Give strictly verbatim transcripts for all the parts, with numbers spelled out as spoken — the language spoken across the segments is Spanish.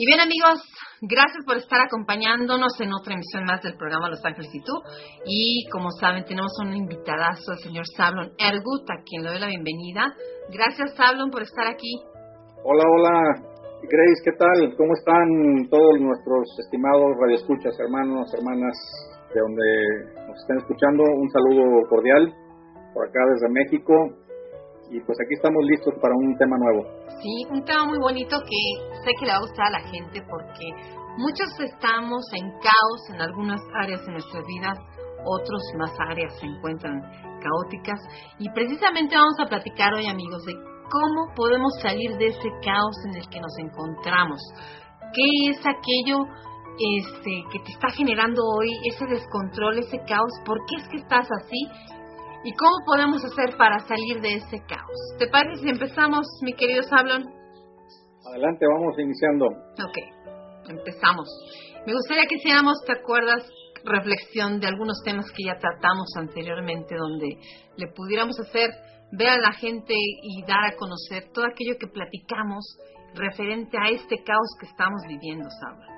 Y bien, amigos, gracias por estar acompañándonos en otra emisión más del programa Los Ángeles y tú. Y como saben, tenemos un invitadazo, el señor Sablon Ergut, a quien le doy la bienvenida. Gracias, Sablon, por estar aquí. Hola, hola, Grace, ¿qué tal? ¿Cómo están todos nuestros estimados radioescuchas, hermanos, hermanas, de donde nos estén escuchando? Un saludo cordial por acá desde México. Y pues aquí estamos listos para un tema nuevo. Sí, un tema muy bonito que sé que le va a gustar a la gente porque muchos estamos en caos en algunas áreas de nuestras vidas, otros más áreas se encuentran caóticas y precisamente vamos a platicar hoy, amigos, de cómo podemos salir de ese caos en el que nos encontramos. ¿Qué es aquello este, que te está generando hoy ese descontrol, ese caos? ¿Por qué es que estás así? ¿Y cómo podemos hacer para salir de ese caos? ¿Te parece si empezamos, mi querido Sablon? Adelante, vamos iniciando. Ok, empezamos. Me gustaría que hiciéramos, ¿te acuerdas? Reflexión de algunos temas que ya tratamos anteriormente, donde le pudiéramos hacer ver a la gente y dar a conocer todo aquello que platicamos referente a este caos que estamos viviendo, Sablon.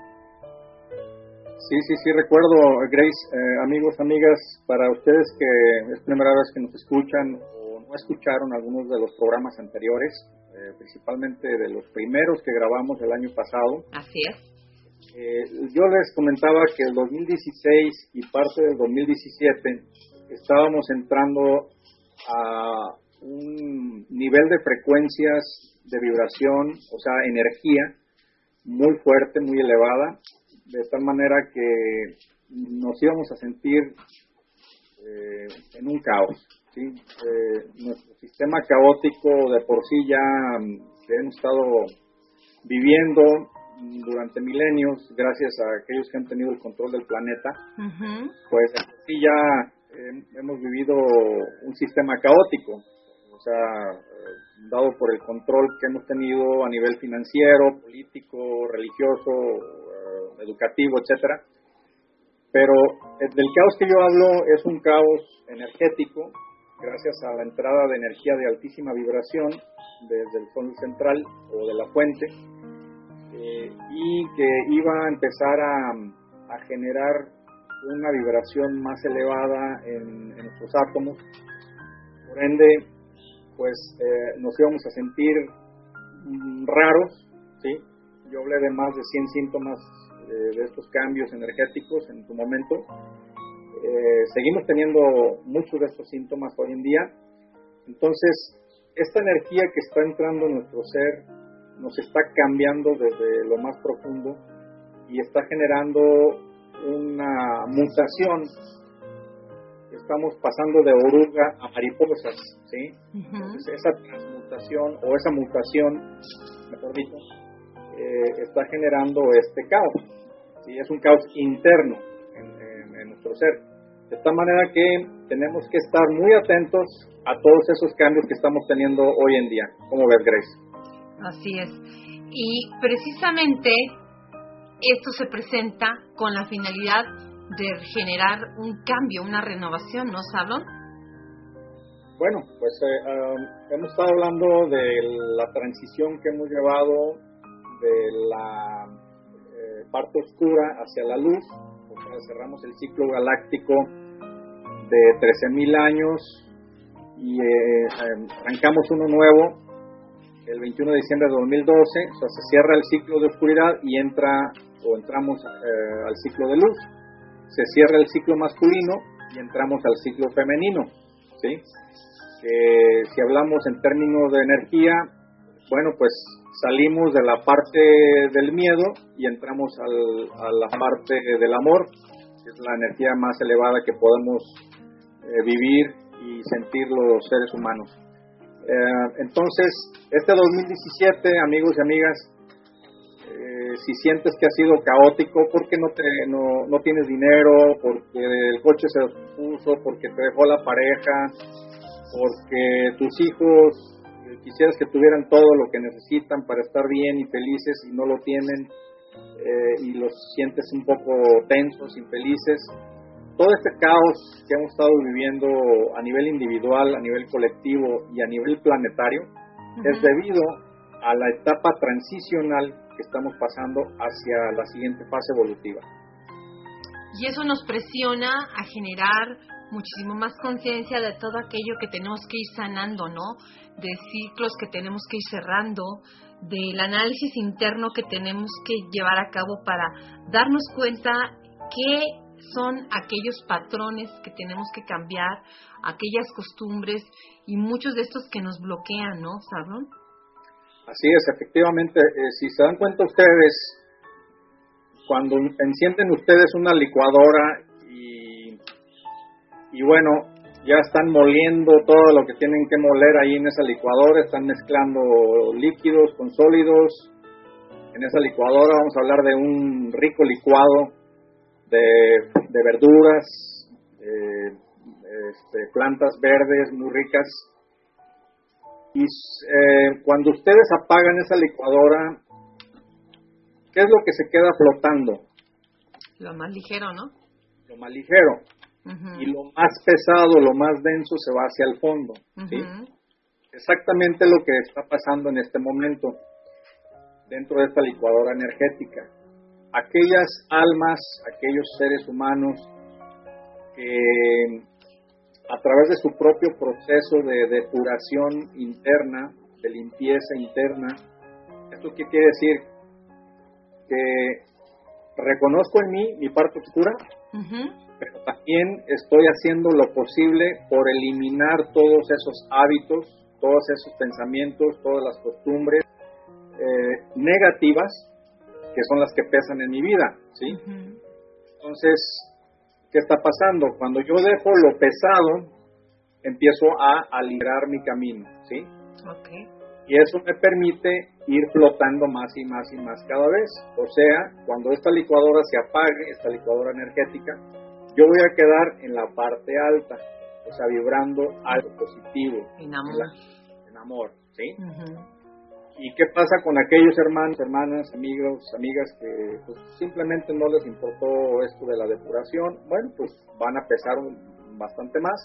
Sí, sí, sí, recuerdo, Grace, eh, amigos, amigas, para ustedes que es primera vez que nos escuchan o no escucharon algunos de los programas anteriores, eh, principalmente de los primeros que grabamos el año pasado. Así es. Eh, yo les comentaba que el dos mil dieciséis y parte del dos mil diecisiete estábamos entrando a un nivel de frecuencias de vibración, o sea, energía muy fuerte, muy elevada, de tal manera que nos íbamos a sentir eh, en un caos, ¿sí? Eh, nuestro sistema caótico de por sí ya que hemos estado viviendo durante milenios, gracias a aquellos que han tenido el control del planeta, uh-huh. Pues sí ya eh, hemos vivido un sistema caótico, o sea, eh, dado por el control que hemos tenido a nivel financiero, político, religioso, educativo, etcétera. Pero del caos que yo hablo es un caos energético, gracias a la entrada de energía de altísima vibración desde el sol central o de la fuente, eh, y que iba a empezar a, a generar una vibración más elevada en, en nuestros átomos. Por ende, pues eh, nos íbamos a sentir mm, raros, ¿sí? Yo hablé de más de cien síntomas de estos cambios energéticos en su momento. Eh, seguimos teniendo muchos de estos síntomas hoy en día. Entonces, esta energía que está entrando en nuestro ser nos está cambiando desde lo más profundo y está generando una mutación. Estamos pasando de oruga a mariposas, ¿sí? Uh-huh. Entonces, esa transmutación o esa mutación, mejor dicho, eh, está generando este caos. Sí, es un caos interno en, en, en nuestro ser. De tal manera que tenemos que estar muy atentos a todos esos cambios que estamos teniendo hoy en día. ¿Cómo ves, Grace? Así es. Y precisamente esto se presenta con la finalidad de generar un cambio, una renovación, ¿no, Sablon? Bueno, pues eh, um, hemos estado hablando de la transición que hemos llevado de la parte oscura hacia la luz, o sea, cerramos el ciclo galáctico de trece mil años y eh, arrancamos uno nuevo el veintiuno de diciembre de dos mil doce, o sea, se cierra el ciclo de oscuridad y entra o entramos eh, al ciclo de luz, se cierra el ciclo masculino y entramos al ciclo femenino, ¿sí? Eh, si hablamos en términos de energía, bueno, pues salimos de la parte del miedo y entramos al, a la parte del amor, que es la energía más elevada que podemos eh, vivir y sentir los seres humanos. Eh, entonces, este dos mil diecisiete, amigos y amigas, eh, si sientes que ha sido caótico porque no, te, no, no tienes dinero, porque el coche se despuso, porque te dejó la pareja, porque tus hijos quisieras que tuvieran todo lo que necesitan para estar bien y felices y no lo tienen, eh, y los sientes un poco tensos, infelices. Todo este caos que hemos estado viviendo a nivel individual, a nivel colectivo y a nivel planetario, uh-huh. es debido a la etapa transicional que estamos pasando hacia la siguiente fase evolutiva. Y eso nos presiona a generar muchísimo más conciencia de todo aquello que tenemos que ir sanando, ¿no? De ciclos que tenemos que ir cerrando, del análisis interno que tenemos que llevar a cabo para darnos cuenta qué son aquellos patrones que tenemos que cambiar, aquellas costumbres y muchos de estos que nos bloquean, ¿no, Sablón? Así es, efectivamente, eh, si se dan cuenta ustedes, cuando encienden ustedes una licuadora y, y bueno, ya están moliendo todo lo que tienen que moler ahí en esa licuadora, están mezclando líquidos con sólidos. En esa licuadora vamos a hablar de un rico licuado de, de verduras, eh, este, plantas verdes muy ricas. Y eh, cuando ustedes apagan esa licuadora, ¿qué es lo que se queda flotando? Lo más ligero, ¿no? Lo más ligero. Uh-huh. Y lo más pesado, lo más denso se va hacia el fondo. ¿Sí? Uh-huh. Exactamente lo que está pasando en este momento dentro de esta licuadora energética. Aquellas almas, aquellos seres humanos que a través de su propio proceso de depuración interna, de limpieza interna, ¿esto qué quiere decir? Que reconozco en mí mi parte oscura, uh-huh. pero también estoy haciendo lo posible por eliminar todos esos hábitos, todos esos pensamientos, todas las costumbres eh, negativas que son las que pesan en mi vida, ¿sí? Uh-huh. Entonces, ¿qué está pasando? Cuando yo dejo lo pesado, empiezo a, a liberar mi camino, ¿sí? Okay. Y eso me permite ir flotando más y más y más cada vez. O sea, cuando esta licuadora se apague, esta licuadora energética, yo voy a quedar en la parte alta, o sea, vibrando algo positivo. En amor. En, la, en amor, ¿sí? Uh-huh. ¿Y qué pasa con aquellos hermanos, hermanas, amigos, amigas que pues, simplemente no les importó esto de la depuración? Bueno, pues van a pesar un, bastante más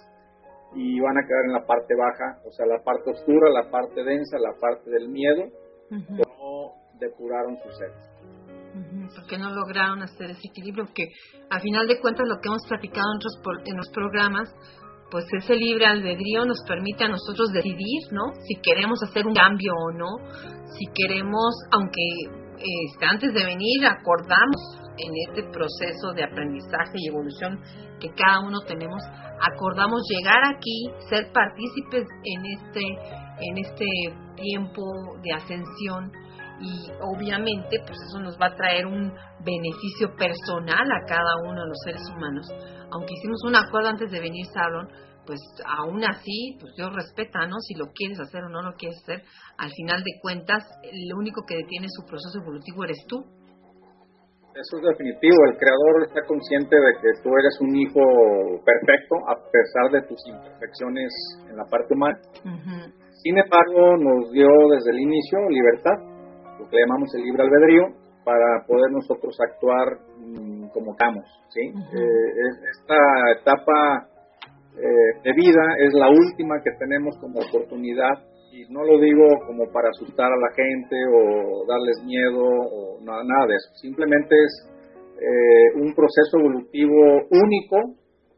y van a quedar en la parte baja, o sea, la parte oscura, la parte densa, la parte del miedo, uh-huh. que no depuraron su ser. Uh-huh. Porque no lograron hacer ese equilibrio, que a final de cuentas lo que hemos platicado en, otros, en los programas, pues ese libre albedrío nos permite a nosotros decidir, ¿no? Si queremos hacer un cambio o no, si queremos, aunque este, antes de venir acordamos en este proceso de aprendizaje y evolución que cada uno tenemos, acordamos llegar aquí, ser partícipes en este, en este tiempo de ascensión, y obviamente pues eso nos va a traer un beneficio personal a cada uno de los seres humanos. Aunque hicimos un acuerdo antes de venir, Sablón, pues aún así, pues Dios respeta, ¿no? Si lo quieres hacer o no lo quieres hacer, al final de cuentas, lo único que detiene su proceso evolutivo eres tú. Eso es definitivo. El Creador está consciente de que tú eres un hijo perfecto, a pesar de tus imperfecciones en la parte humana. Uh-huh. Sin embargo, nos dio desde el inicio libertad, lo que le llamamos el libre albedrío, para poder nosotros actuar mmm, como queramos, ¿sí? Uh-huh. Eh, esta etapa eh, de vida es la última que tenemos como oportunidad, y no lo digo como para asustar a la gente o darles miedo o nada, nada de eso. Simplemente es eh, un proceso evolutivo único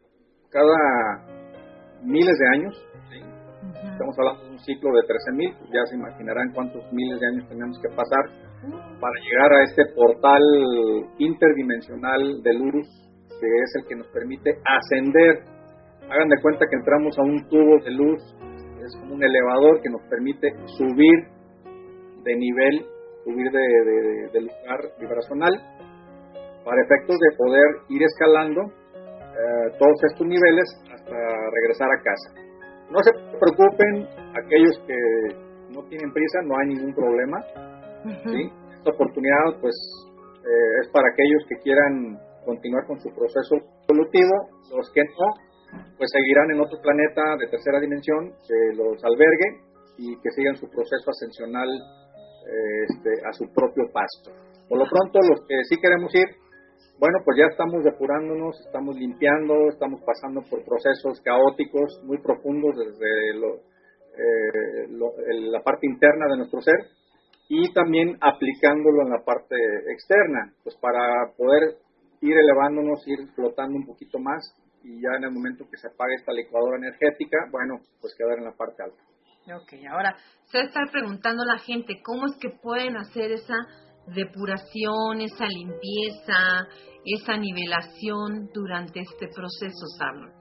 cada miles de años, ¿sí? Uh-huh. Estamos hablando de un ciclo de trece mil, pues ya se imaginarán cuántos miles de años tenemos que pasar para llegar a este portal interdimensional de luz, que es el que nos permite ascender. Hagan de cuenta que entramos a un tubo de luz, es como un elevador que nos permite subir de nivel, subir de, de, de lugar vibracional, para efectos de poder ir escalando eh, todos estos niveles hasta regresar a casa. No se preocupen, aquellos que no tienen prisa, no hay ningún problema. Uh-huh. ¿Sí? Esta oportunidad pues eh, es para aquellos que quieran continuar con su proceso evolutivo. Los que no, pues seguirán en otro planeta de tercera dimensión que los albergue y que sigan su proceso ascensional eh, este, a su propio paso. Por lo pronto, los que sí queremos ir, bueno, pues ya estamos depurándonos, estamos limpiando, estamos pasando por procesos caóticos muy profundos desde lo, eh, lo, la parte interna de nuestro ser, y también aplicándolo en la parte externa, pues para poder ir elevándonos, ir flotando un poquito más y ya en el momento que se apague esta licuadora energética, bueno, pues quedar en la parte alta. Ok, ahora se va a estar preguntando la gente cómo es que pueden hacer esa depuración, esa limpieza, esa nivelación durante este proceso, Sablon.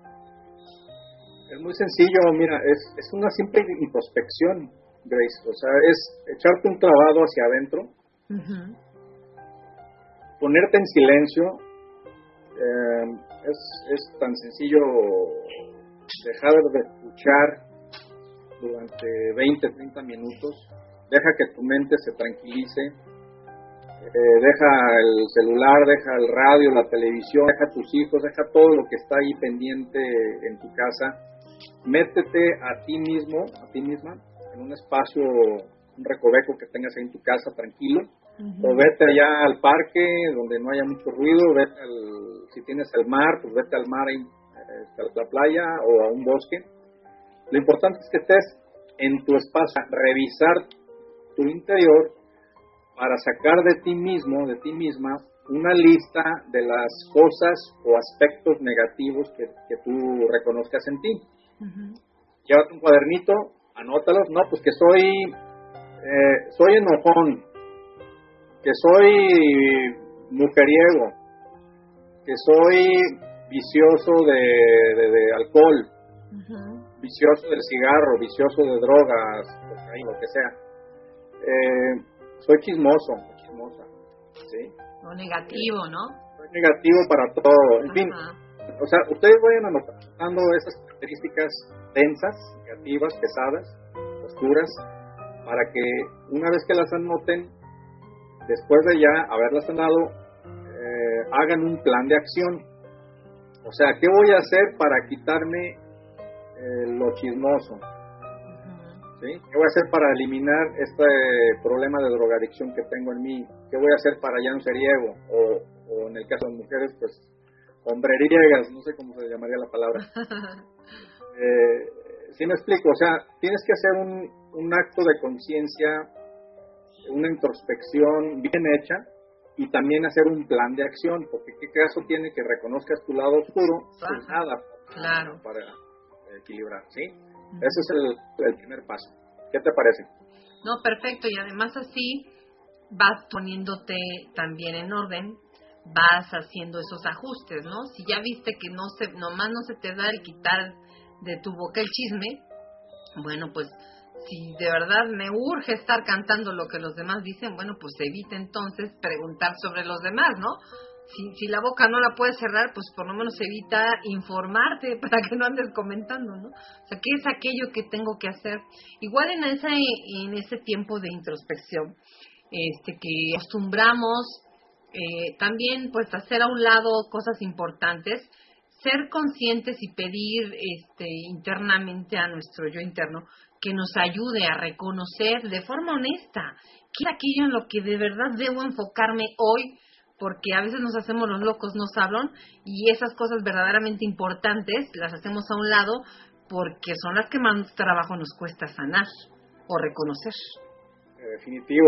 Es muy sencillo, mira, es, es una simple introspección, Grace, o sea, es echarte un clavado hacia adentro, uh-huh. ponerte en silencio, eh, es, es tan sencillo dejar de escuchar durante veinte, treinta minutos, deja que tu mente se tranquilice, eh, deja el celular, deja el radio, la televisión, deja tus hijos, deja todo lo que está ahí pendiente en tu casa, métete a ti mismo, a ti misma, en un espacio, un recoveco que tengas ahí en tu casa tranquilo, uh-huh. o vete allá al parque donde no haya mucho ruido, vete al, si tienes el mar, pues vete al mar, ahí, a la playa o a un bosque. Lo importante es que estés en tu espacio, revisar tu interior para sacar de ti mismo, de ti misma, una lista de las cosas o aspectos negativos que, que tú reconozcas en ti. Uh-huh. Llévate un cuadernito, anótalos, no, pues que soy, eh, soy enojón, que soy mujeriego, que soy vicioso de, de, de alcohol, uh-huh. vicioso del cigarro, vicioso de drogas, lo que sea. Eh, soy chismoso, chismosa, ¿sí? O negativo, ¿no? Soy negativo para todo. En fin, Ajá. o sea, ustedes vayan anotando esas características densas, negativas, pesadas, oscuras, para que una vez que las anoten, después de ya haberlas sanado, eh, hagan un plan de acción. O sea, ¿qué voy a hacer para quitarme eh, lo chismoso? ¿Sí? ¿Qué voy a hacer para eliminar este problema de drogadicción que tengo en mí? ¿Qué voy a hacer para ya no ser ciego? O, o en el caso de mujeres, pues, hombreriegas, no sé cómo se llamaría la palabra. Eh, ¿sí me explico? O sea, tienes que hacer un, un acto de conciencia, una introspección bien hecha y también hacer un plan de acción, porque ¿qué caso tiene que reconozcas tu lado oscuro? Pues nada, claro. Para equilibrar, ¿sí? Ese es el, el primer paso. ¿Qué te parece? No, perfecto. Y además así vas poniéndote también en orden, vas haciendo esos ajustes, ¿no? Si ya viste que no se, nomás no se te da el quitar de tu boca el chisme, bueno, pues si de verdad me urge estar cantando lo que los demás dicen, bueno, pues evita entonces preguntar sobre los demás, ¿no? Si, si la boca no la puedes cerrar, pues por lo menos evita informarte para que no andes comentando, ¿no? O sea, ¿qué es aquello que tengo que hacer? Igual en ese, en ese tiempo de introspección, este, que acostumbramos eh, también, pues, hacer a un lado cosas importantes, ser conscientes y pedir este, internamente a nuestro yo interno que nos ayude a reconocer de forma honesta qué es aquello en lo que de verdad debo enfocarme hoy, porque a veces nos hacemos los locos, nos hablan, y esas cosas verdaderamente importantes las hacemos a un lado porque son las que más trabajo nos cuesta sanar o reconocer. Definitivo.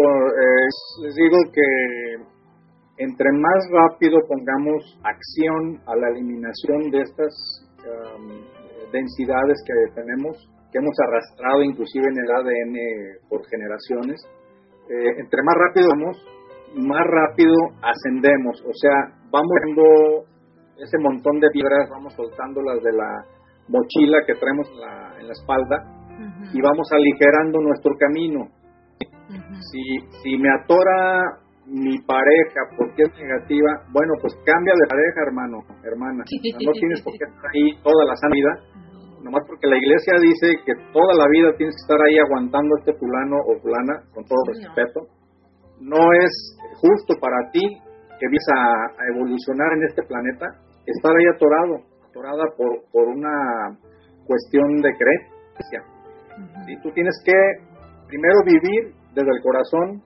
Eh, les digo que entre más rápido pongamos acción a la eliminación de estas um, densidades que tenemos, que hemos arrastrado inclusive en el A D N por generaciones, eh, entre más rápido vamos, más rápido ascendemos, o sea, vamos viendo ese montón de fibras, vamos soltándolas de la mochila que traemos en la, en la espalda, uh-huh. y vamos aligerando nuestro camino. Uh-huh. Si, si me atora mi pareja porque es negativa, bueno, pues cambia de pareja, hermano, hermana, no tienes por qué estar ahí toda la sana vida, nomás porque la iglesia dice que toda la vida tienes que estar ahí aguantando a este fulano o fulana, con todo sí, respeto. No. no es justo para ti que vienes a, a evolucionar en este planeta, estar ahí atorado, atorada por, por una cuestión de creencia. Uh-huh. ¿Sí? Tú tienes que primero vivir desde el corazón,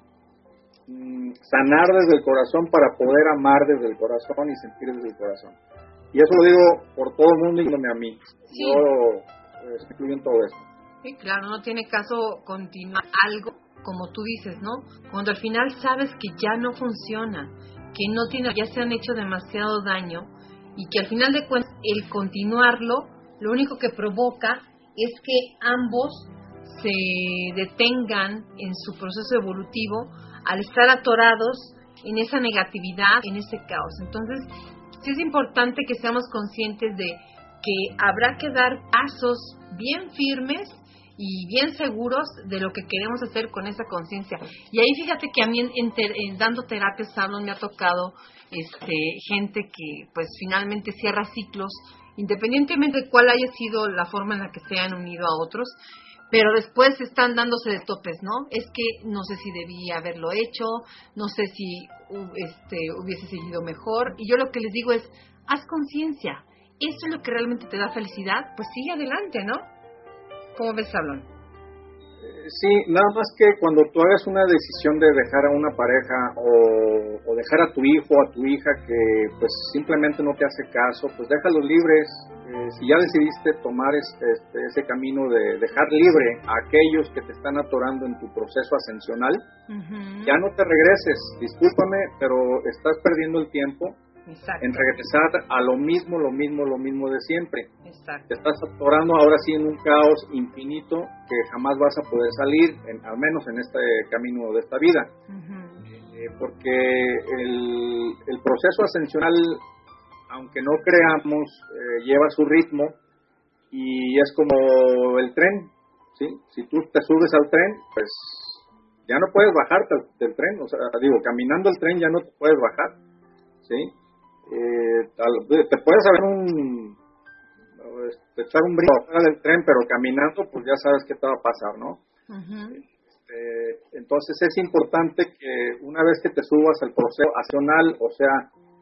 mmm, sanar desde el corazón para poder amar desde el corazón y sentir desde el corazón. Y eso lo digo por todo el mundo y no a mí. Sí. Yo eh, estoy incluyo en todo esto. Sí, claro, no tiene caso continuar algo como tú dices, ¿no? Cuando al final sabes que ya no funciona, que no tiene, ya se han hecho demasiado daño y que al final de cuentas el continuarlo, lo único que provoca es que ambos se detengan en su proceso evolutivo al estar atorados en esa negatividad, en ese caos. Entonces, sí es importante que seamos conscientes de que habrá que dar pasos bien firmes y bien seguros de lo que queremos hacer con esa conciencia. Y ahí fíjate que a mí en, en, en dando terapias, Sablon, me ha tocado este, gente que pues finalmente cierra ciclos, independientemente de cuál haya sido la forma en la que se han unido a otros, pero después están dándose de topes, ¿no? Es que no sé si debía haberlo hecho, no sé si este, hubiese seguido mejor, y yo lo que les digo es, haz conciencia. ¿Eso es lo que realmente te da felicidad? Pues sigue adelante, ¿no? ¿Cómo ves, Sablon? Sí, nada más que cuando tú hagas una decisión de dejar a una pareja o, o dejar a tu hijo o a tu hija que pues simplemente no te hace caso, pues déjalos libres. Eh, si ya decidiste tomar este, este, ese camino de dejar libre a aquellos que te están atorando en tu proceso ascensional, uh-huh. ya no te regreses. Discúlpame, pero estás perdiendo el tiempo. Exacto. En regresar a lo mismo, lo mismo, lo mismo de siempre. Exacto. Te estás atorando ahora sí en un caos infinito que jamás vas a poder salir, en, al menos en este camino de esta vida. Uh-huh. Eh, porque el, el proceso ascensional, aunque no creamos, eh, lleva su ritmo y es como el tren, ¿sí? Si tú te subes al tren, pues ya no puedes bajarte del tren, o sea, digo, caminando el tren ya no te puedes bajar, ¿sí? Eh, te puedes haber un este, echar un brinco fuera del tren, pero caminando pues ya sabes qué te va a pasar, ¿no? Uh-huh. Este, entonces es importante que una vez que te subas al proceso ascensional, o sea,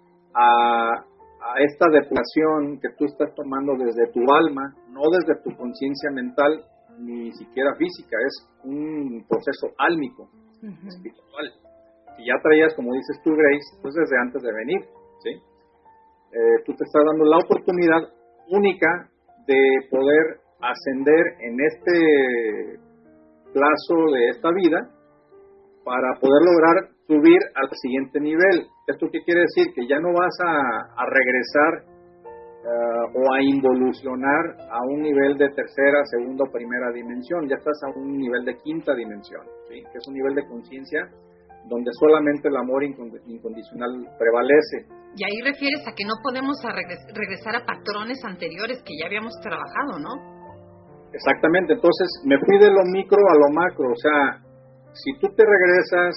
a, a esta depuración que tú estás tomando desde tu alma, no desde tu conciencia mental ni siquiera física, es un proceso álmico, uh-huh. espiritual, que ya traías, como dices tú, Grace, pues desde antes de venir, ¿sí? Eh, tú te estás dando la oportunidad única de poder ascender en este plazo de esta vida para poder lograr subir al siguiente nivel. ¿Esto qué quiere decir? Que ya no vas a, a regresar uh, o a involucionar a un nivel de tercera, segunda o primera dimensión. Ya estás a un nivel de quinta dimensión, ¿sí? Que es un nivel de conciencia donde solamente el amor incondicional prevalece. Y ahí refieres a que no podemos a regres- regresar a patrones anteriores que ya habíamos trabajado, ¿no? Exactamente, entonces me fui de lo micro a lo macro, o sea, si tú te regresas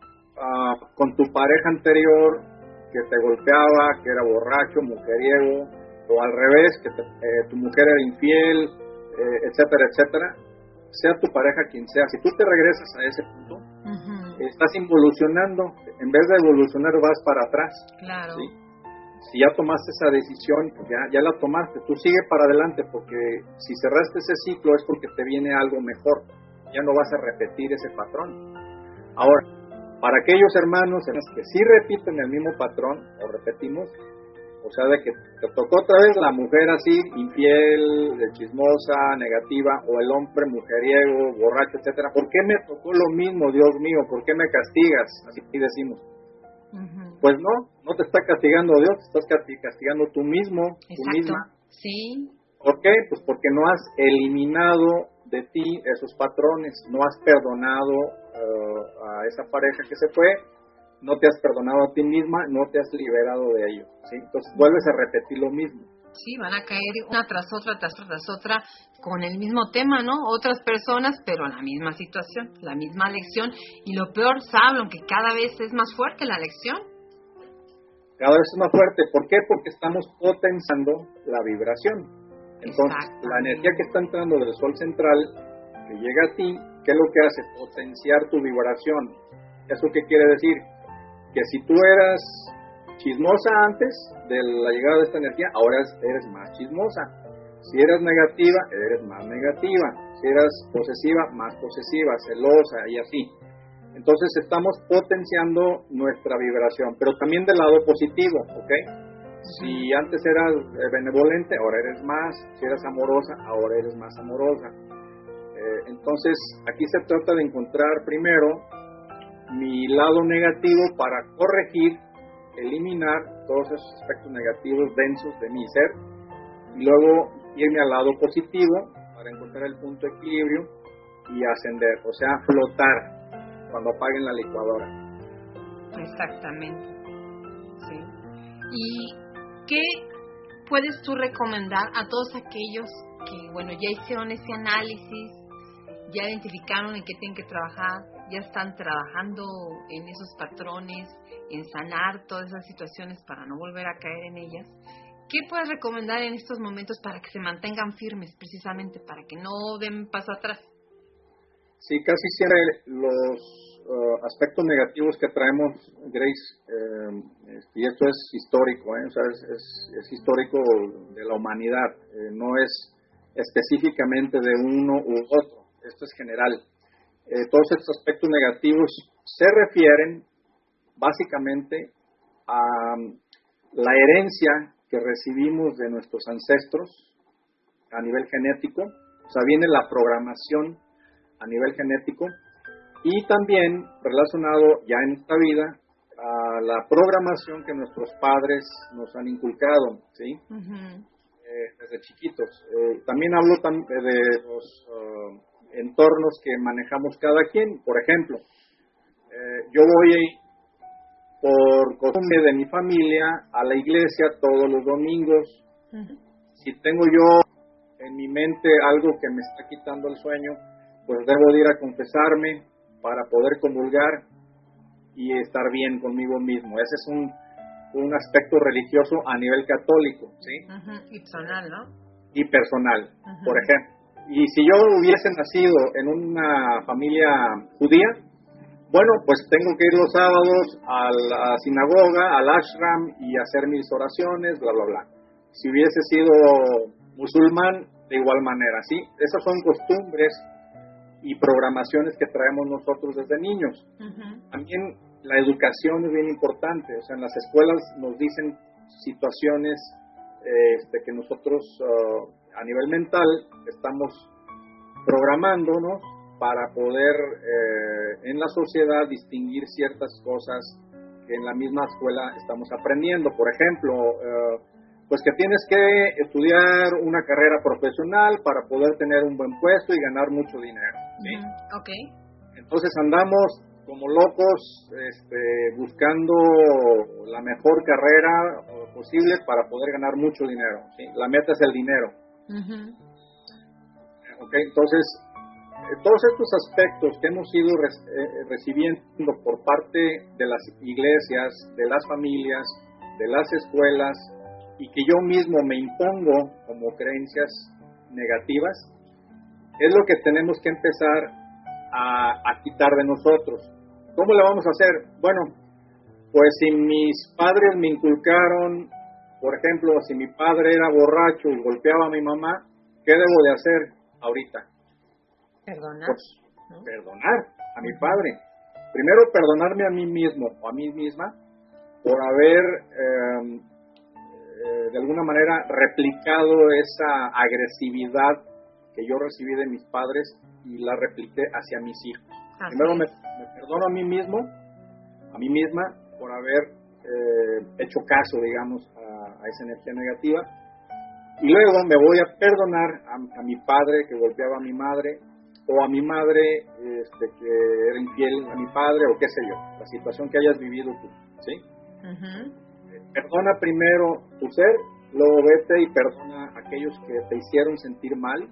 uh, con tu pareja anterior que te golpeaba, que era borracho, mujeriego, o al revés, que te, eh, tu mujer era infiel, eh, etcétera, etcétera, sea tu pareja quien sea, si tú te regresas a ese punto, uh-huh. estás involucionando, en vez de evolucionar vas para atrás. Claro. ¿Sí? Si ya tomaste esa decisión, ya, ya la tomaste, tú sigue para adelante, porque si cerraste ese ciclo es porque te viene algo mejor, ya no vas a repetir ese patrón. Ahora, para aquellos hermanos en los que sí repiten el mismo patrón, o repetimos, o sea, de que te tocó otra vez la mujer así, infiel, chismosa, negativa, o el hombre mujeriego, borracho, etcétera. ¿Por qué me tocó lo mismo, Dios mío? ¿Por qué me castigas? Así decimos. Uh-huh. Pues no, no te está castigando Dios, te estás castigando tú mismo, Exacto. tú misma. Sí. ¿Por qué? Pues porque no has eliminado de ti esos patrones, no has perdonado uh, a esa pareja que se fue, no te has perdonado a ti misma, no te has liberado de ello, ¿sí? Entonces vuelves a repetir lo mismo. Sí, van a caer una tras otra, tras otra, tras otra, con el mismo tema, ¿no? Otras personas, pero la misma situación, la misma lección. Y lo peor, Sablon, que cada vez es más fuerte la lección. Cada vez es más fuerte. ¿Por qué? Porque estamos potenciando la vibración. Entonces, la energía que está entrando del Sol central, que llega a ti, ¿qué es lo que hace? Potenciar tu vibración. ¿Eso qué quiere decir? Que si tú eras chismosa antes de la llegada de esta energía, ahora eres más chismosa. Si eras negativa, eres más negativa. Si eras posesiva, más posesiva, celosa y así. Entonces estamos potenciando nuestra vibración, pero también del lado positivo, ¿ok? Si antes eras benevolente, ahora eres más. Si eras amorosa, ahora eres más amorosa. Eh, entonces, aquí se trata de encontrar primero mi lado negativo para corregir, eliminar todos esos aspectos negativos densos de mi ser, y luego irme al lado positivo para encontrar el punto de equilibrio y ascender, o sea, flotar cuando apaguen la licuadora. Exactamente. Sí. ¿Y qué puedes tú recomendar a todos aquellos que, bueno, ya hicieron ese análisis, ya identificaron en qué tienen que trabajar, ya están trabajando en esos patrones, en sanar todas esas situaciones para no volver a caer en ellas? ¿Qué puedes recomendar en estos momentos para que se mantengan firmes, precisamente, para que no den paso atrás? Sí, casi siempre los uh, aspectos negativos que traemos, Grace, eh, y esto es histórico, ¿eh? O sea, es, es, es histórico de la humanidad, eh, no es específicamente de uno u otro, esto es general. Eh, todos estos aspectos negativos se refieren básicamente a la herencia que recibimos de nuestros ancestros a nivel genético, o sea, viene la programación a nivel genético, y también relacionado ya en esta vida a la programación que nuestros padres nos han inculcado, ¿sí? Uh-huh. Eh, desde chiquitos. Eh, también hablo tam- de los uh, entornos que manejamos cada quien. Por ejemplo, eh, yo voy por costumbre de mi familia a la iglesia todos los domingos. Uh-huh. Si tengo yo en mi mente algo que me está quitando el sueño, pues debo de ir a confesarme para poder comulgar y estar bien conmigo mismo. Ese es un, un aspecto religioso a nivel católico, ¿sí? Uh-huh. Y personal, ¿no? Y personal, uh-huh. Por ejemplo. Y si yo hubiese nacido en una familia judía, bueno, pues tengo que ir los sábados a la sinagoga, al ashram y hacer mis oraciones, bla, bla, bla. Si hubiese sido musulmán, de igual manera, ¿sí? Esas son costumbres y programaciones que traemos nosotros desde niños. Uh-huh. También la educación es bien importante, o sea, en las escuelas nos dicen situaciones eh, este, que nosotros uh, a nivel mental estamos programándonos para poder eh, en la sociedad distinguir ciertas cosas que en la misma escuela estamos aprendiendo. Por ejemplo, eh, pues que tienes que estudiar una carrera profesional para poder tener un buen puesto y ganar mucho dinero, ¿sí? Uh-huh. Okay. Entonces andamos como locos este, buscando la mejor carrera posible para poder ganar mucho dinero, ¿sí? La meta es el dinero. Uh-huh. Okay, entonces todos estos aspectos que hemos ido re- eh, recibiendo por parte de las iglesias, de las familias, de las escuelas, y que yo mismo me impongo como creencias negativas, es lo que tenemos que empezar a, a quitar de nosotros. ¿Cómo le vamos a hacer? Bueno, pues si mis padres me inculcaron, por ejemplo, si mi padre era borracho y golpeaba a mi mamá, ¿qué debo de hacer ahorita? Perdonar. Pues, ¿no? Perdonar a mi padre. Primero, perdonarme a mí mismo o a mí misma por haber eh, eh, de alguna manera replicado esa agresividad que yo recibí de mis padres y la repliqué hacia mis hijos. Así Primero me, me perdono a mí mismo, a mí misma, por haber eh, hecho caso, digamos, a, a esa energía negativa. Y luego me voy a perdonar a, a mi padre que golpeaba a mi madre, o a mi madre este, que era infiel a mi padre, o qué sé yo, la situación que hayas vivido tú, ¿sí? Uh-huh. Eh, perdona primero tu ser, luego vete y perdona a aquellos que te hicieron sentir mal,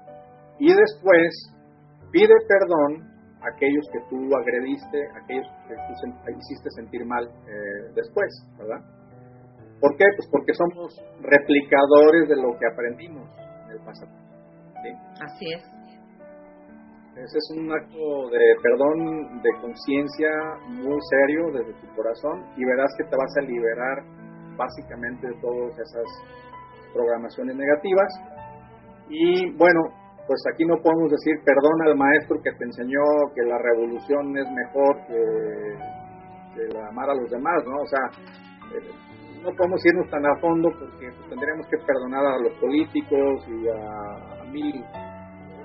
y después pide perdón a aquellos que tú agrediste, a aquellos que tú sen- hiciste sentir mal eh, después, ¿verdad? ¿Por qué? Pues porque somos replicadores de lo que aprendimos en el pasado, ¿sí? Así es. Ese es un acto de perdón, de conciencia muy serio desde tu corazón, y verás que te vas a liberar básicamente de todas esas programaciones negativas. Y bueno, pues aquí no podemos decir perdona al maestro que te enseñó que la revolución es mejor que, que la amar a los demás, ¿no? O sea, eh, no podemos irnos tan a fondo porque pues, tendríamos que perdonar a los políticos y a, a mil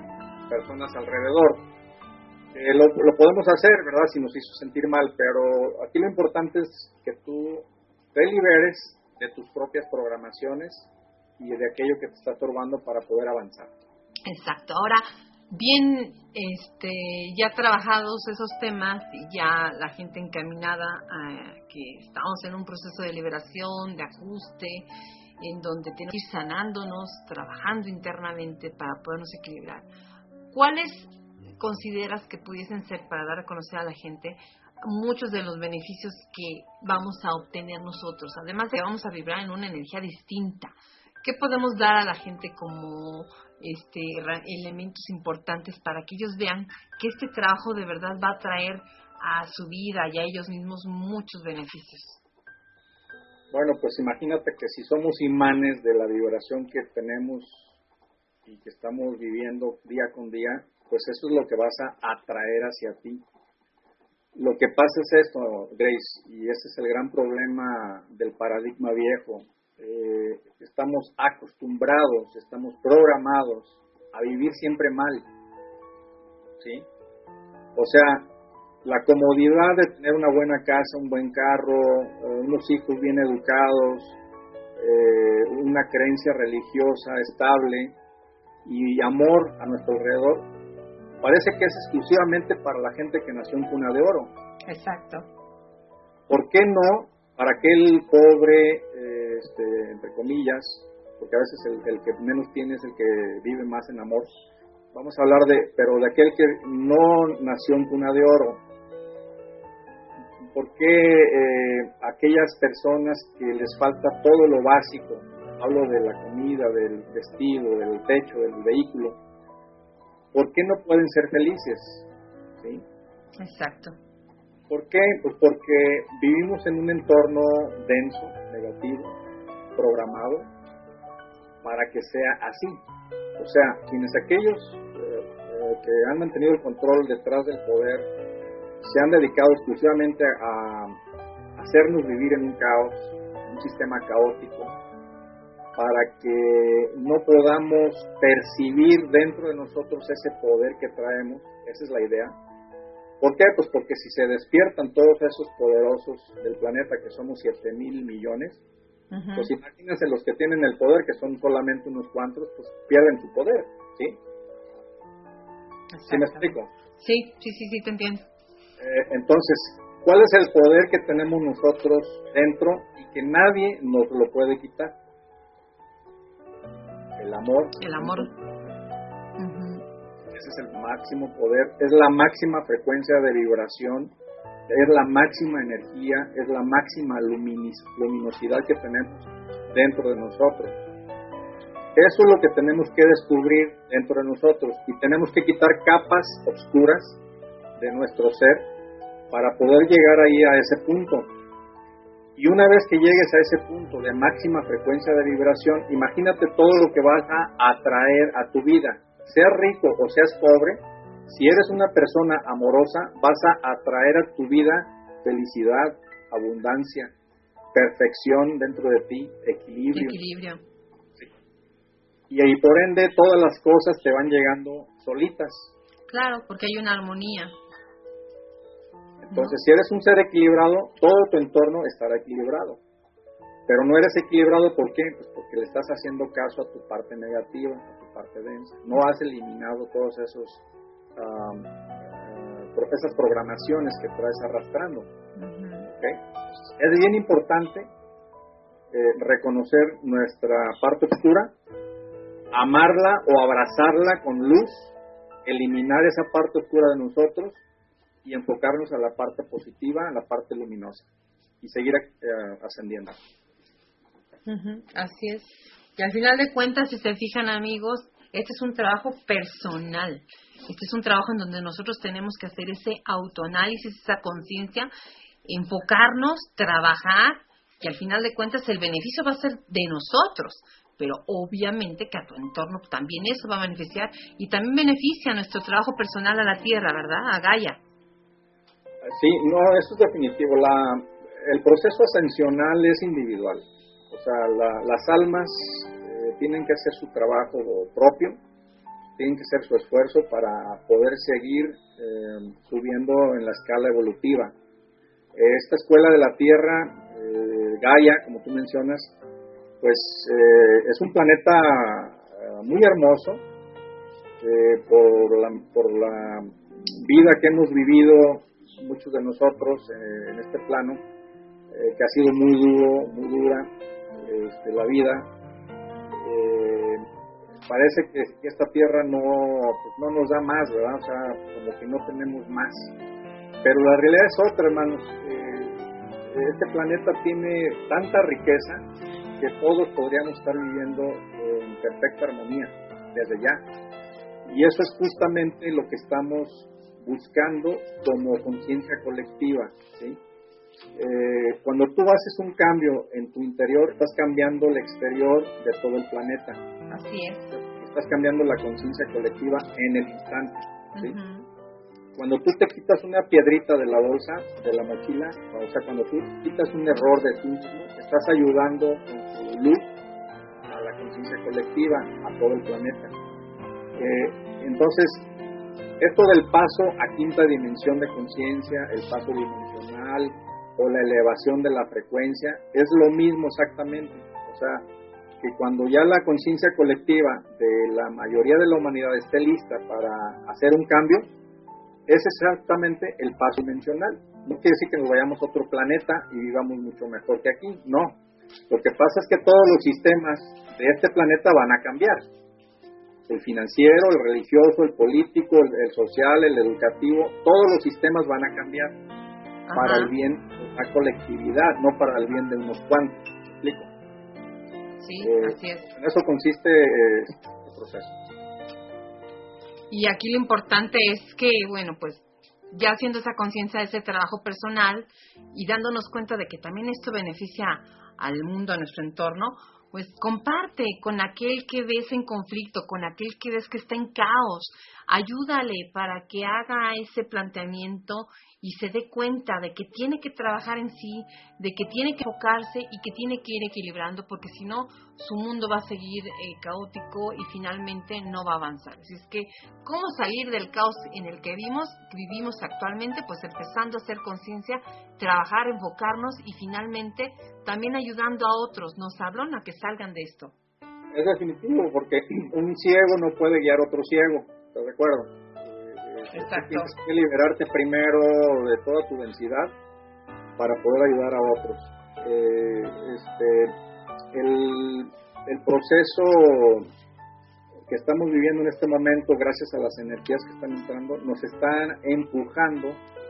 personas alrededor. Eh, lo, lo podemos hacer, ¿verdad? Si nos hizo sentir mal, pero aquí lo importante es que tú te liberes de tus propias programaciones y de aquello que te está estorbando para poder avanzar. Exacto. Ahora, bien, este, ya trabajados esos temas y ya la gente encaminada a que estamos en un proceso de liberación, de ajuste, en donde tenemos que ir sanándonos, trabajando internamente para podernos equilibrar. ¿Cuáles consideras que pudiesen ser, para dar a conocer a la gente, muchos de los beneficios que vamos a obtener nosotros? Además de que vamos a vibrar en una energía distinta, ¿qué podemos dar a la gente como este elementos importantes para que ellos vean que este trabajo de verdad va a traer a su vida y a ellos mismos muchos beneficios? Bueno, pues imagínate que si somos imanes de la vibración que tenemos y que estamos viviendo día con día, pues eso es lo que vas a atraer hacia ti. Lo que pasa es esto, Grace, y ese es el gran problema del paradigma viejo. Eh, estamos acostumbrados, estamos programados a vivir siempre mal, ¿sí? O sea, la comodidad de tener una buena casa, un buen carro, eh, unos hijos bien educados, eh, una creencia religiosa estable y amor a nuestro alrededor, parece que es exclusivamente para la gente que nació en cuna de oro. Exacto. ¿Por qué no para aquel pobre, eh, este, entre comillas, porque a veces el, el que menos tiene es el que vive más en amor? Vamos a hablar de, pero de aquel que no nació en cuna de oro. ¿Por qué eh, aquellas personas que les falta todo lo básico? Hablo de la comida, del vestido, del techo, del vehículo. ¿Por qué no pueden ser felices? ¿Sí? Exacto. ¿Por qué? Pues porque vivimos en un entorno denso, negativo, programado, para que sea así. O sea, quienes aquellos eh, eh, que han mantenido el control detrás del poder se han dedicado exclusivamente a hacernos vivir en un caos, un sistema caótico, para que no podamos percibir dentro de nosotros ese poder que traemos. Esa es la idea. ¿Por qué? Pues porque si se despiertan todos esos poderosos del planeta, que somos siete mil millones, uh-huh. Pues imagínense los que tienen el poder, que son solamente unos cuantos, pues pierden su poder, ¿sí? ¿Sí me explico? Sí, sí, sí, sí, te entiendo. Eh, entonces, ¿cuál es el poder que tenemos nosotros dentro y que nadie nos lo puede quitar? El amor. El amor. Ese es el máximo poder, es la máxima frecuencia de vibración, es la máxima energía, es la máxima luminis, luminosidad que tenemos dentro de nosotros. Eso es lo que tenemos que descubrir dentro de nosotros y tenemos que quitar capas oscuras de nuestro ser para poder llegar ahí a ese punto. Y una vez que llegues a ese punto de máxima frecuencia de vibración, imagínate todo lo que vas a atraer a tu vida. Seas rico o seas pobre, si eres una persona amorosa, vas a atraer a tu vida felicidad, abundancia, perfección dentro de ti, equilibrio. Equilibrio. Sí. Y ahí por ende todas las cosas te van llegando solitas. Claro, porque hay una armonía. Entonces, ¿no? Si eres un ser equilibrado, todo tu entorno estará equilibrado. Pero no eres equilibrado, ¿por qué? Pues porque le estás haciendo caso a tu parte negativa, a tu parte densa. No has eliminado todos esos um, uh, esas programaciones que traes arrastrando. Uh-huh. ¿Okay? Es bien importante eh, reconocer nuestra parte oscura, amarla o abrazarla con luz, eliminar esa parte oscura de nosotros y enfocarnos a la parte positiva, a la parte luminosa y seguir eh, ascendiendo. Uh-huh, así es. Y al final de cuentas, si se fijan, amigos, este es un trabajo personal. Este es un trabajo en donde nosotros tenemos que hacer ese autoanálisis, esa conciencia, enfocarnos, trabajar, y al final de cuentas el beneficio va a ser de nosotros. Pero obviamente que a tu entorno también eso va a beneficiar y también beneficia a nuestro trabajo personal a la Tierra, ¿verdad? A Gaia. Sí, no, eso es definitivo. La, el proceso ascensional es individual. O sea, la, las almas eh, tienen que hacer su trabajo propio tienen que hacer su esfuerzo para poder seguir eh, subiendo en la escala evolutiva. Esta escuela de la Tierra, eh, Gaia, como tú mencionas, pues eh, es un planeta eh, muy hermoso eh, por, la, por la vida que hemos vivido muchos de nosotros eh, en este plano, eh, que ha sido muy duro, muy dura este, la vida. Eh, parece que, que esta Tierra no, pues no nos da más, ¿verdad? O sea, como que no tenemos más. Pero la realidad es otra, hermanos. Eh, este planeta tiene tanta riqueza que todos podríamos estar viviendo en perfecta armonía desde ya. Y eso es justamente lo que estamos buscando como conciencia colectiva, ¿sí? Eh, cuando tú haces un cambio en tu interior, estás cambiando el exterior de todo el planeta. Así es. Estás cambiando la conciencia colectiva en el instante, ¿sí? Uh-huh. Cuando tú te quitas una piedrita de la bolsa, de la mochila, o sea, cuando tú quitas un error de ti mismo, estás ayudando con tu luz a la conciencia colectiva, a todo el planeta. Eh, entonces, esto del paso a quinta dimensión de conciencia, el paso dimensional o la elevación de la frecuencia, es lo mismo exactamente. O sea, que cuando ya la conciencia colectiva de la mayoría de la humanidad esté lista para hacer un cambio, es exactamente el paso dimensional. No quiere decir que nos vayamos a otro planeta y vivamos mucho mejor que aquí, no. Lo que pasa es que todos los sistemas de este planeta van a cambiar. El financiero, el religioso, el político, el, el social, el educativo, todos los sistemas van a cambiar. Ajá. Para el bien de la colectividad, no para el bien de unos cuantos. ¿Me explico? Sí, eh, así es. En eso consiste eh, el proceso. Y aquí lo importante es que, bueno, pues ya haciendo esa conciencia de ese trabajo personal y dándonos cuenta de que también esto beneficia al mundo, a nuestro entorno, pues comparte con aquel que ves en conflicto, con aquel que ves que está en caos, ayúdale para que haga ese planteamiento y se dé cuenta de que tiene que trabajar en sí, de que tiene que enfocarse y que tiene que ir equilibrando, porque si no, su mundo va a seguir eh, caótico y finalmente no va a avanzar. Así es que, ¿cómo salir del caos en el que vivimos, vivimos actualmente? Pues empezando a hacer conciencia, trabajar, enfocarnos y finalmente también ayudando a otros, nos hablan a que salgan de esto. Es definitivo, porque un ciego no puede guiar a otro ciego, ¿estás de acuerdo? Exacto. Tienes que liberarte primero de toda tu densidad para poder ayudar a otros. Eh, este, el, el proceso que estamos viviendo en este momento, gracias a las energías que están entrando, nos están empujando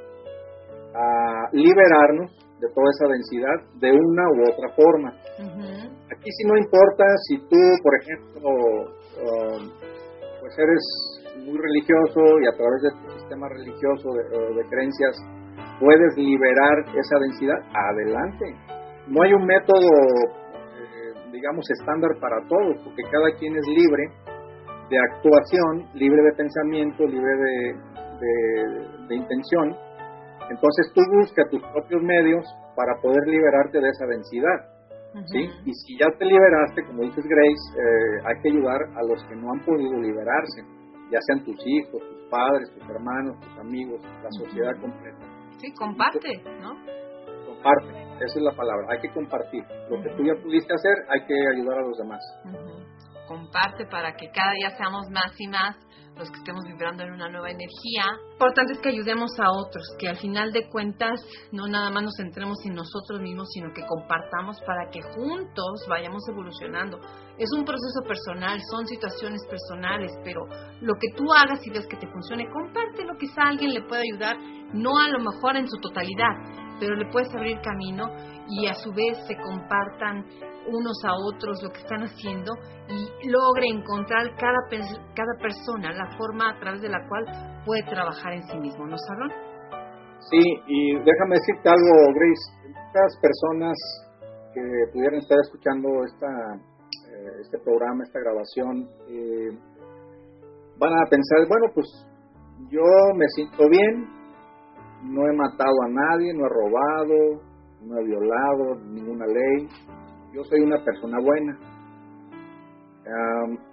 a liberarnos de toda esa densidad de una u otra forma. Uh-huh. Aquí sí no importa si tú, por ejemplo, um, pues eres muy religioso y a través de tu sistema religioso de, de creencias puedes liberar esa densidad, adelante. No hay un método, eh, digamos, estándar para todos, porque cada quien es libre de actuación, libre de pensamiento, libre de, de, de intención. Entonces tú buscas tus propios medios para poder liberarte de esa densidad, uh-huh. ¿sí? Y si ya te liberaste, como dices Grace, eh, hay que ayudar a los que no han podido liberarse, ya sean tus hijos, tus padres, tus hermanos, tus amigos, la sociedad uh-huh. completa. Sí, comparte, ¿no? Comparte, esa es la palabra, hay que compartir. Lo uh-huh. que tú ya pudiste hacer, hay que ayudar a los demás. Uh-huh. Comparte para que cada día seamos más y más los que estemos vibrando en una nueva energía. Lo importante es que ayudemos a otros, que al final de cuentas no nada más nos centremos en nosotros mismos, sino que compartamos para que juntos vayamos evolucionando. Es un proceso personal, son situaciones personales, pero lo que tú hagas y ves que te funcione, compártelo, quizá a alguien le pueda ayudar, no a lo mejor en su totalidad, pero le puedes abrir camino y a su vez se compartan unos a otros lo que están haciendo y logre encontrar cada, cada persona la forma a través de la cual puede trabajar en sí mismo. ¿No saben? Sí, y déjame decirte algo, Grace. Muchas personas que pudieran estar escuchando esta, eh, este programa, esta grabación, eh, van a pensar, bueno, pues yo me siento bien, no he matado a nadie, no he robado, no he violado ninguna ley, yo soy una persona buena. Um,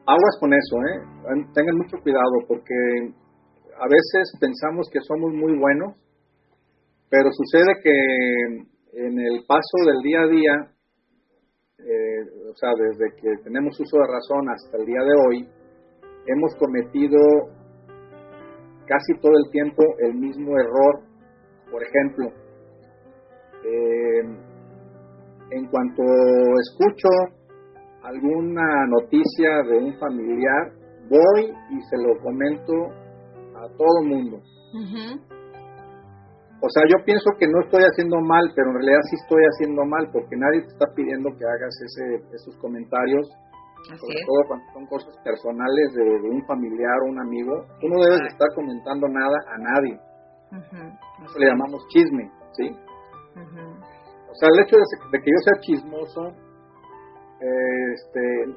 aguas con eso, ¿eh? Tengan mucho cuidado porque a veces pensamos que somos muy buenos, pero sucede que en el paso del día a día, eh, o sea, desde que tenemos uso de razón hasta el día de hoy, hemos cometido casi todo el tiempo el mismo error. Por ejemplo, eh, en cuanto escucho alguna noticia de un familiar, voy y se lo comento a todo el mundo. Uh-huh. O sea, yo pienso que no estoy haciendo mal, pero en realidad sí estoy haciendo mal, porque nadie te está pidiendo que hagas ese, esos comentarios, Así sobre es. todo cuando son cosas personales de, de un familiar o un amigo. Tú no debes de estar comentando nada a nadie. Uh-huh. Eso le llamamos chisme, ¿sí? Uh-huh. O sea, el hecho de, de que yo sea chismoso eh, este,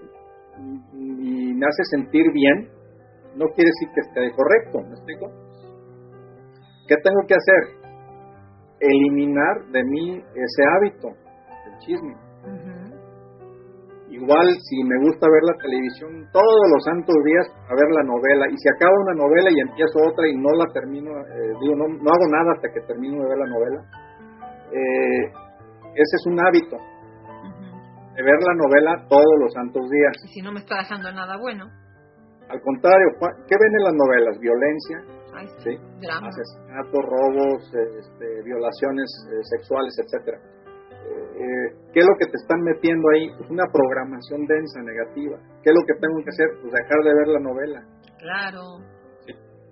y me hace sentir bien, no quiere decir que esté correcto, ¿me explico? ¿Qué tengo que hacer? Eliminar de mí ese hábito, el chisme. Uh-huh. Igual, si me gusta ver la televisión todos los santos días a ver la novela, y si acabo una novela y empiezo otra y no la termino, eh, digo, no, no hago nada hasta que termino de ver la novela, eh, ese es un hábito, Uh-huh. de ver la novela todos los santos días. Y si no me está dejando nada bueno. Al contrario, ¿qué ven en las novelas? Violencia, Ay, ¿sí? Drama. Asesinatos, robos, este, violaciones eh, sexuales, etcétera. Eh, ¿Qué es lo que te están metiendo ahí? Pues una programación densa, negativa. ¿Qué es lo que tengo que hacer? Pues dejar de ver la novela. Claro. Sí.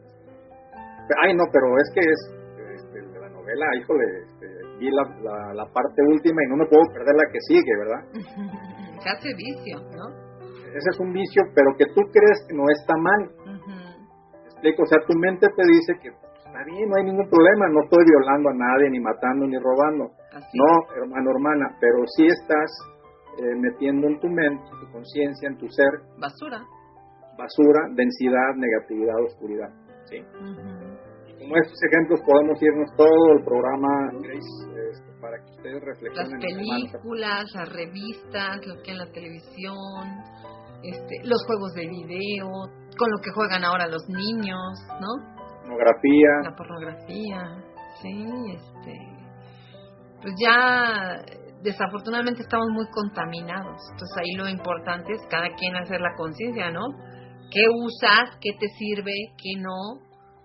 Ay, no, pero es que es este, de la novela, híjole, este, vi la, la, la parte última y no me puedo perder la que sigue, ¿verdad? Se hace vicio, ¿no? Ese es un vicio, pero que tú crees que no está mal. Uh-huh. ¿Me explico? O sea, tu mente te dice que está bien, no hay ningún problema, no estoy violando a nadie, ni matando, ni robando. Así No, hermano, hermana, pero sí estás eh, metiendo en tu mente, en tu conciencia, en tu ser, basura. Basura, densidad, negatividad, oscuridad. ¿Sí? Uh-huh. Como estos ejemplos podemos irnos todo el programa, Grace, este, para que ustedes reflexionen. Las películas, las revistas, lo que en la televisión, este, los juegos de video, con lo que juegan ahora los niños, ¿no? Pornografía. La pornografía, sí, este, pues ya desafortunadamente estamos muy contaminados. Entonces ahí lo importante es cada quien hacer la conciencia, ¿no? ¿Qué usas? ¿Qué te sirve? ¿Qué no?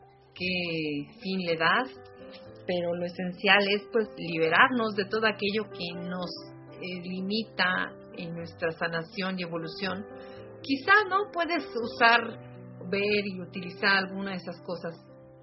¿Qué fin le das? Pero lo esencial es pues liberarnos de todo aquello que nos eh, limita en nuestra sanación y evolución. Quizá no puedes usar, ver y utilizar alguna de esas cosas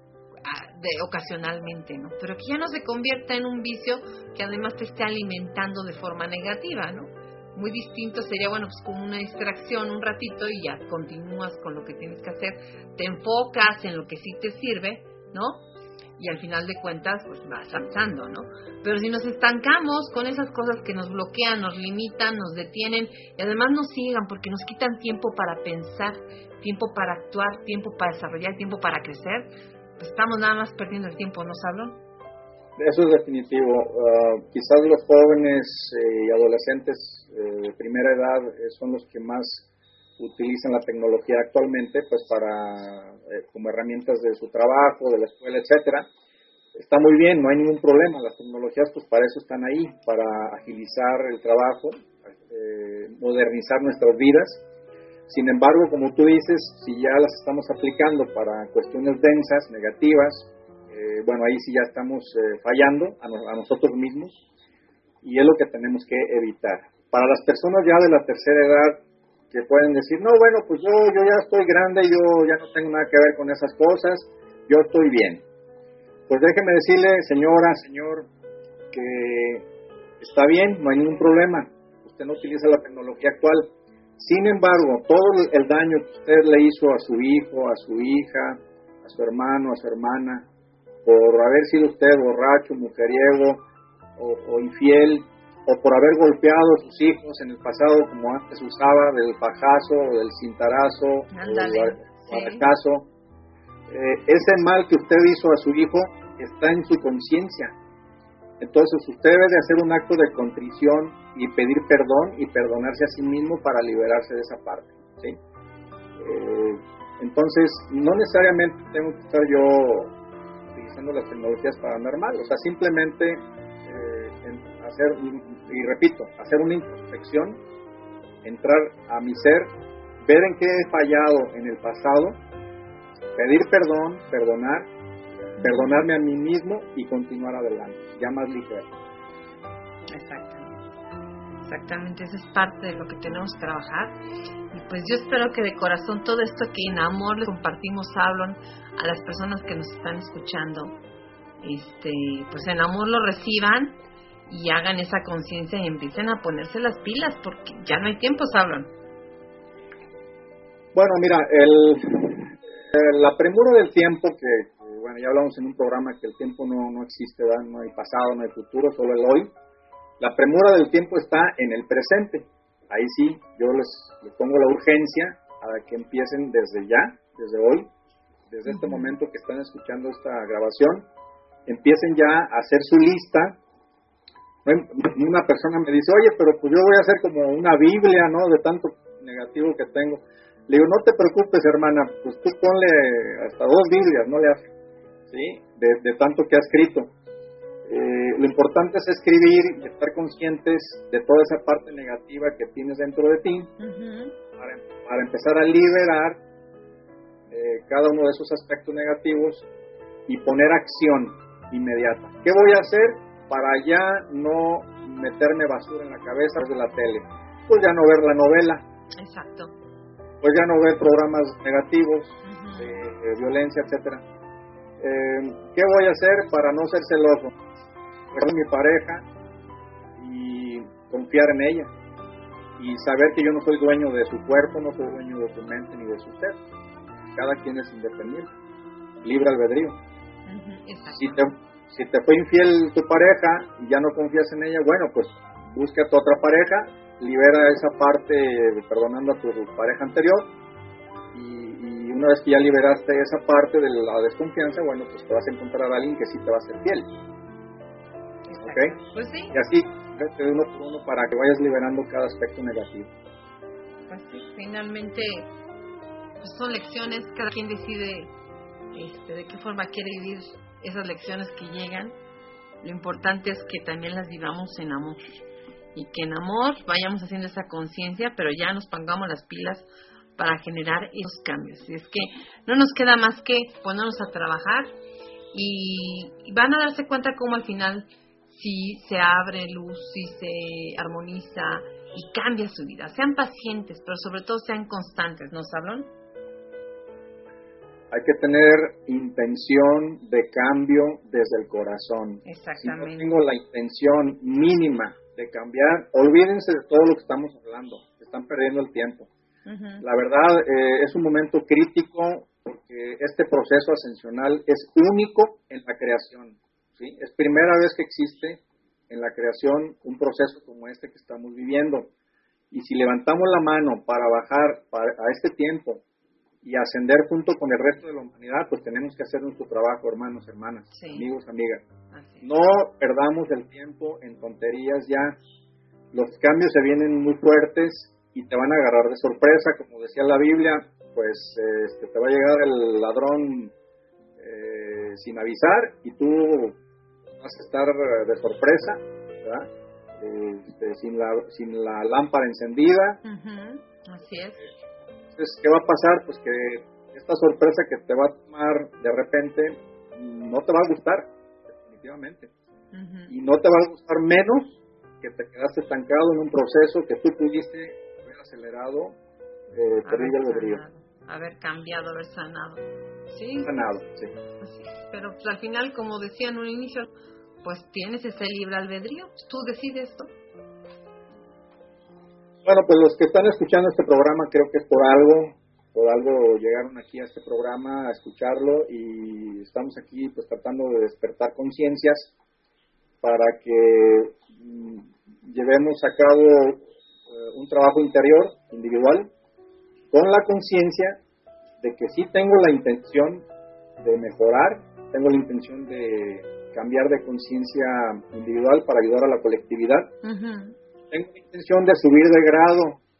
de, ocasionalmente, ¿no? Pero que ya no se convierta en un vicio que además te esté alimentando de forma negativa, ¿no? Muy distinto sería, bueno, pues como una distracción un ratito y ya continúas con lo que tienes que hacer, te enfocas en lo que sí te sirve, ¿no? Y al final de cuentas, pues vas avanzando, ¿no? Pero si nos estancamos con esas cosas que nos bloquean, nos limitan, nos detienen y además nos ciegan porque nos quitan tiempo para pensar, tiempo para actuar, tiempo para desarrollar, tiempo para crecer, pues estamos nada más perdiendo el tiempo, ¿no, Sablón? Eso es definitivo. Uh, quizás los jóvenes eh, y adolescentes eh, de primera edad eh, son los que más utilizan la tecnología actualmente, pues para eh, como herramientas de su trabajo, de la escuela, etcétera. Está muy bien, no hay ningún problema. Las tecnologías, pues para eso están ahí, para agilizar el trabajo, eh, modernizar nuestras vidas. Sin embargo, como tú dices, si ya las estamos aplicando para cuestiones densas, negativas, eh, bueno, ahí sí ya estamos eh, fallando a, no, a nosotros mismos y es lo que tenemos que evitar. Para las personas ya de la tercera edad que pueden decir, no, bueno, pues yo, yo ya estoy grande, yo ya no tengo nada que ver con esas cosas, yo estoy bien. Pues déjeme decirle, señora, señor, que está bien, no hay ningún problema. Usted no utiliza la tecnología actual. Sin embargo, todo el daño que usted le hizo a su hijo, a su hija, a su hermano, a su hermana, por haber sido usted borracho, mujeriego o, o infiel, o por haber golpeado a sus hijos en el pasado, como antes usaba, del fajazo, o del cintarazo, Ándale, o del sí. barrecazo, eh, ese mal que usted hizo a su hijo está en su conciencia. Entonces usted debe de hacer un acto de contrición y pedir perdón y perdonarse a sí mismo para liberarse de esa parte, ¿sí? Eh, entonces, no necesariamente tengo que estar yo utilizando las tecnologías paranormales, o sea, simplemente eh, en hacer, y, y repito, hacer una introspección, entrar a mi ser, ver en qué he fallado en el pasado, pedir perdón, perdonar, perdonarme a mí mismo y continuar adelante, ya más ligero. Exactamente, exactamente, esa es parte de lo que tenemos que trabajar. Y pues yo espero que de corazón todo esto que en amor les compartimos, hablan a las personas que nos están escuchando, este, pues en amor lo reciban y hagan esa conciencia y empiecen a ponerse las pilas, porque ya no hay tiempo, hablan. Bueno, mira, el, el, la premura del tiempo, que bueno, ya hablamos en un programa que el tiempo no, no existe, ¿verdad? No hay pasado, no hay futuro, solo el hoy. La premura del tiempo está en el presente. Ahí sí, yo les, les pongo la urgencia a que empiecen desde ya, desde hoy, desde este momento que están escuchando esta grabación, empiecen ya a hacer su lista. Una persona me dice, oye, pero pues yo voy a hacer como una Biblia, ¿no? De tanto negativo que tengo. Le digo, no te preocupes, hermana, pues tú ponle hasta dos Biblias, no le haces, ¿sí? De, de tanto que ha escrito. Eh, lo importante es escribir y estar conscientes de toda esa parte negativa que tienes dentro de ti, uh-huh. para, para empezar a liberar eh, cada uno de esos aspectos negativos y poner acción inmediata. ¿Qué voy a hacer para ya no meterme basura en la cabeza de la tele? Pues ya no ver la novela. Exacto. Pues ya no ver programas negativos, uh-huh. de, de violencia, etcétera. Eh, ¿Qué voy a hacer para no ser celoso? Con mi pareja y confiar en ella y saber que yo no soy dueño de su cuerpo, no soy dueño de su mente ni de su ser. Cada quien es independiente, libre albedrío. Uh-huh, si te si te fue infiel tu pareja y ya no confías en ella, bueno, pues busca a tu otra pareja, libera esa parte perdonando a tu pareja anterior y, y una vez que ya liberaste esa parte de la desconfianza, bueno, pues te vas a encontrar a alguien que sí te va a ser fiel. ¿Okay? Pues sí. Y así, de uno por uno, para que vayas liberando cada aspecto negativo. Pues sí, finalmente pues son lecciones, cada quien decide este, de qué forma quiere vivir esas lecciones que llegan. Lo importante es que también las vivamos en amor y que en amor vayamos haciendo esa conciencia, pero ya nos pongamos las pilas para generar esos cambios. Y es que no nos queda más que ponernos a trabajar y, y van a darse cuenta cómo al final si se abre luz, si se armoniza y cambia su vida. Sean pacientes, pero sobre todo sean constantes, ¿no, Sablón? Hay que tener intención de cambio desde el corazón. Exactamente. Si no tengo la intención mínima de cambiar, olvídense de todo lo que estamos hablando. Están perdiendo el tiempo. Uh-huh. La verdad, eh, es un momento crítico porque este proceso ascensional es único en la creación. ¿Sí? Es primera vez que existe en la creación un proceso como este que estamos viviendo. Y si levantamos la mano para bajar para, a este tiempo y ascender junto con el resto de la humanidad, pues tenemos que hacer nuestro trabajo, hermanos, hermanas, sí. amigos, amigas. Así. No perdamos el tiempo en tonterías ya. Los cambios se vienen muy fuertes y te van a agarrar de sorpresa, como decía la Biblia, pues este, te va a llegar el ladrón eh, sin avisar y tú vas a estar de sorpresa, ¿verdad? Este, sin la sin la lámpara encendida. Uh-huh. Así es. Entonces, ¿qué va a pasar? Pues que esta sorpresa que te va a tomar de repente no te va a gustar, definitivamente. Uh-huh. Y no te va a gustar menos que te quedaste estancado en un proceso que tú pudiste haber acelerado, eh, perdido el albedrío. Haber cambiado, haber sanado. Sí. Sanado, sí. Así. Pero pues, al final, como decía en un inicio, pues tienes ese libre albedrío, tú decides esto. Bueno, pues los que están escuchando este programa creo que es por algo, por algo llegaron aquí a este programa a escucharlo y estamos aquí pues tratando de despertar conciencias para que mm, llevemos a cabo eh, un trabajo interior, individual, con la conciencia de que sí tengo la intención de mejorar, tengo la intención de cambiar de conciencia individual para ayudar a la colectividad. Uh-huh. Tengo la intención de subir de grado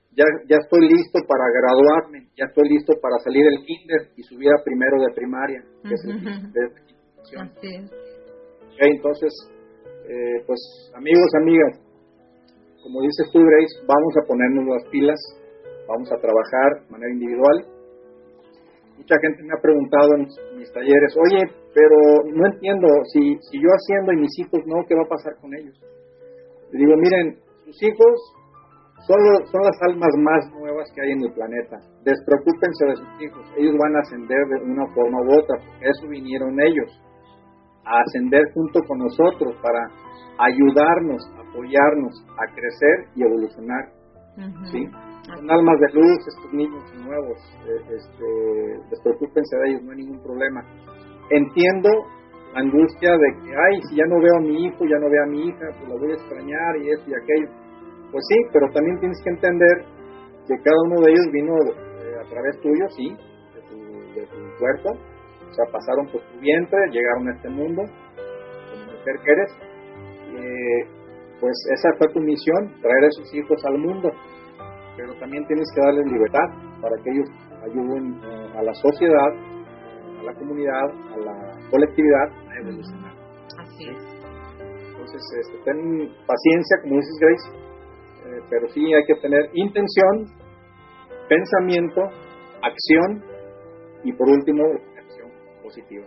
ya, ya estoy listo para graduarme, ya estoy listo para salir del kinder y subir a primero de primaria, que es el de educación. Así es. Okay, entonces, eh, pues amigos, amigas, como dices tú, Grace, vamos a ponernos las pilas, vamos a trabajar de manera individual. Mucha gente me ha preguntado en mis talleres, oye, pero no entiendo, si, si yo haciendo y mis hijos no, ¿qué va a pasar con ellos? Le digo, miren, sus hijos son, lo, son las almas más nuevas que hay en el planeta. Despreocúpense de sus hijos, ellos van a ascender de una forma u otra, porque eso vinieron ellos, a ascender junto con nosotros para ayudarnos, apoyarnos a crecer y evolucionar. Uh-huh. ¿Sí? Son almas de luz estos niños nuevos, eh, este, despreocúpense de ellos, no hay ningún problema. Entiendo la angustia de que, ay, si ya no veo a mi hijo, ya no veo a mi hija, pues la voy a extrañar y esto y aquello. Pues sí, pero también tienes que entender que cada uno de ellos vino eh, a través tuyo, sí, de tu, de tu cuerpo, o sea, pasaron por tu vientre, llegaron a este mundo, como mujer que eres, eh, pues esa fue tu misión, traer a sus hijos al mundo. Pero también tienes que darles libertad para que ellos ayuden eh, a la sociedad, a la comunidad, a la colectividad a evolucionar. Así es. Entonces, este, ten paciencia, como dices, Grace, eh, pero sí hay que tener intención, pensamiento, acción y por último, acción positiva.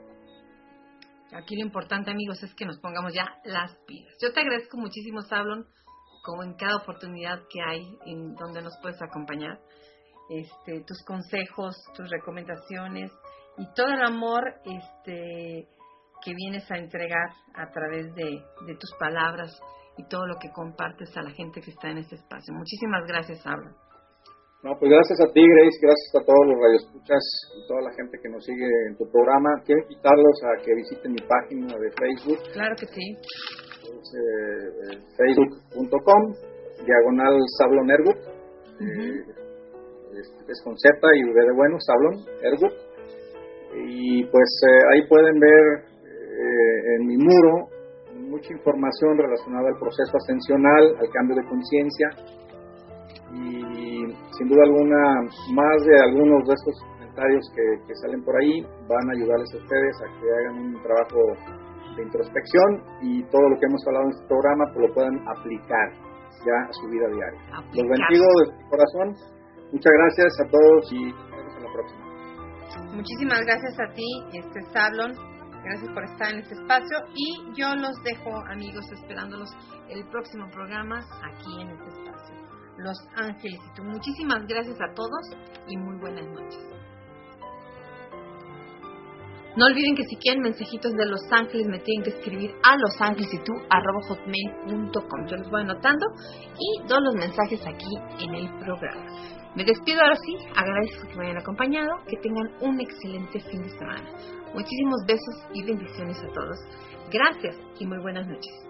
Aquí lo importante, amigos, es que nos pongamos ya las pilas. Yo te agradezco muchísimo, Sablon, como en cada oportunidad que hay en donde nos puedes acompañar, este, tus consejos, tus recomendaciones y todo el amor este, que vienes a entregar a través de, de tus palabras y todo lo que compartes a la gente que está en este espacio. Muchísimas gracias, Sablon. No, pues gracias a ti, Grace, gracias a todos los radioescuchas y toda la gente que nos sigue en tu programa. Quiero invitarlos a que visiten mi página de Facebook. Claro que sí. Es eh, facebook punto com diagonal Sablon Ergut. Uh-huh. eh, es, es con Z y V de bueno, Sablon Ergut. Y pues eh, ahí pueden ver eh, en mi muro mucha información relacionada al proceso ascensional, al cambio de conciencia y sin duda alguna más de algunos de estos comentarios que, que salen por ahí van a ayudarles a ustedes a que hagan un trabajo de introspección y todo lo que hemos hablado en este programa pues lo puedan aplicar ya a su vida diaria. Aplicar. Los bendigo de corazón. Muchas gracias a todos y nos vemos en la próxima. Muchísimas gracias a ti, este Sablon. Gracias por estar en este espacio y yo los dejo, amigos, esperándolos el próximo programa aquí en este espacio. Los Ángeles y tú. Muchísimas gracias a todos y muy buenas noches. No olviden que si quieren mensajitos de Los Ángeles me tienen que escribir a losangelesitú arroba hotmail punto com. Yo los voy anotando y doy los mensajes aquí en el programa. Me despido ahora sí, agradezco que me hayan acompañado, que tengan un excelente fin de semana. Muchísimos besos y bendiciones a todos. Gracias y muy buenas noches.